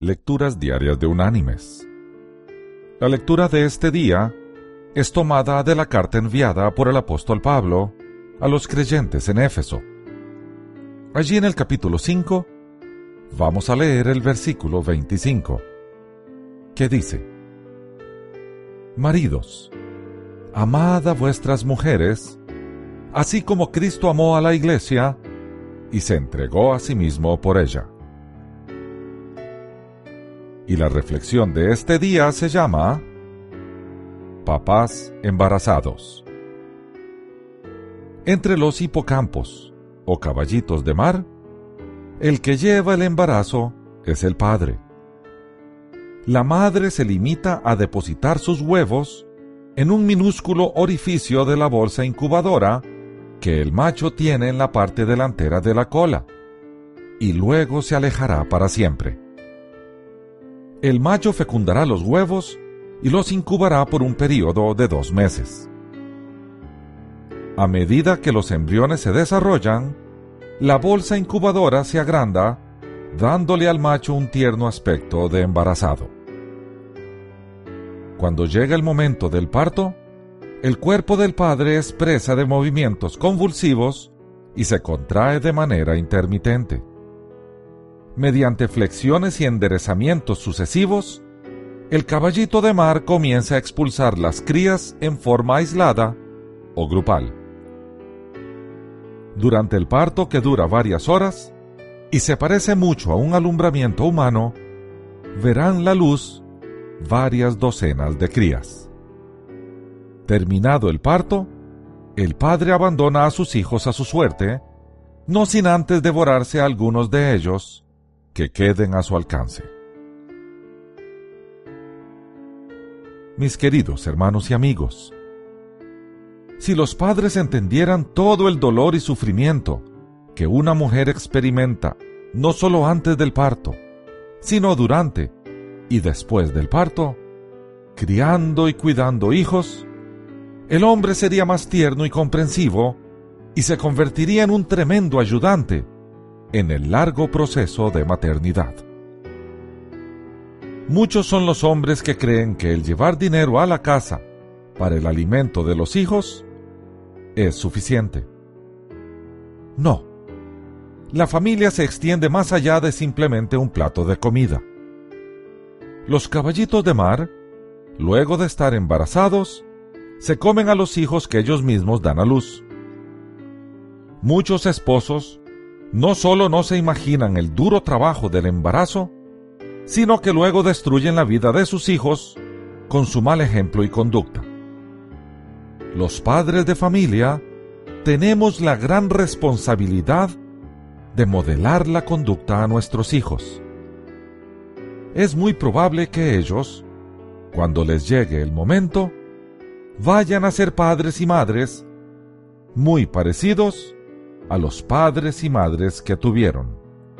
Lecturas diarias de Unánimes. La lectura de este día es tomada de la carta enviada por el apóstol Pablo a los creyentes en Éfeso. Allí en el capítulo 5 vamos a leer el versículo 25, que dice: Maridos, amad a vuestras mujeres, así como Cristo amó a la iglesia y se entregó a sí mismo por ella. Y la reflexión de este día se llama Papás embarazados. Entre los hipocampos, o caballitos de mar, el que lleva el embarazo es el padre. La madre se limita a depositar sus huevos en un minúsculo orificio de la bolsa incubadora que el macho tiene en la parte delantera de la cola, y luego se alejará para siempre. El macho fecundará los huevos y los incubará por un período de 2 meses. A medida que los embriones se desarrollan, la bolsa incubadora se agranda, dándole al macho un tierno aspecto de embarazado. Cuando llega el momento del parto, el cuerpo del padre es presa de movimientos convulsivos y se contrae de manera intermitente. Mediante flexiones y enderezamientos sucesivos, el caballito de mar comienza a expulsar las crías en forma aislada o grupal. Durante el parto, que dura varias horas y se parece mucho a un alumbramiento humano, verán la luz varias docenas de crías. Terminado el parto, el padre abandona a sus hijos a su suerte, no sin antes devorarse a algunos de ellos que queden a su alcance. Mis queridos hermanos y amigos, si los padres entendieran todo el dolor y sufrimiento que una mujer experimenta no solo antes del parto, sino durante y después del parto, criando y cuidando hijos, el hombre sería más tierno y comprensivo y se convertiría en un tremendo ayudante en el largo proceso de maternidad. Muchos son los hombres que creen que el llevar dinero a la casa para el alimento de los hijos es suficiente. No, la familia se extiende más allá de simplemente un plato de comida. Los caballitos de mar, luego de estar embarazados, se comen a los hijos que ellos mismos dan a luz. Muchos esposos no solo no se imaginan el duro trabajo del embarazo, sino que luego destruyen la vida de sus hijos con su mal ejemplo y conducta. Los padres de familia tenemos la gran responsabilidad de modelar la conducta a nuestros hijos. Es muy probable que ellos, cuando les llegue el momento, vayan a ser padres y madres muy parecidos a los padres y madres que tuvieron.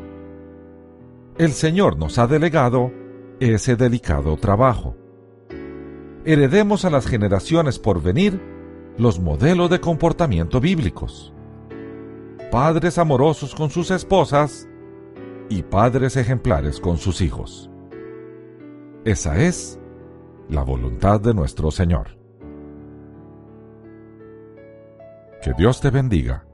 El Señor nos ha delegado ese delicado trabajo. Heredemos a las generaciones por venir los modelos de comportamiento bíblicos. Padres amorosos con sus esposas y padres ejemplares con sus hijos. Esa es la voluntad de nuestro Señor. Que Dios te bendiga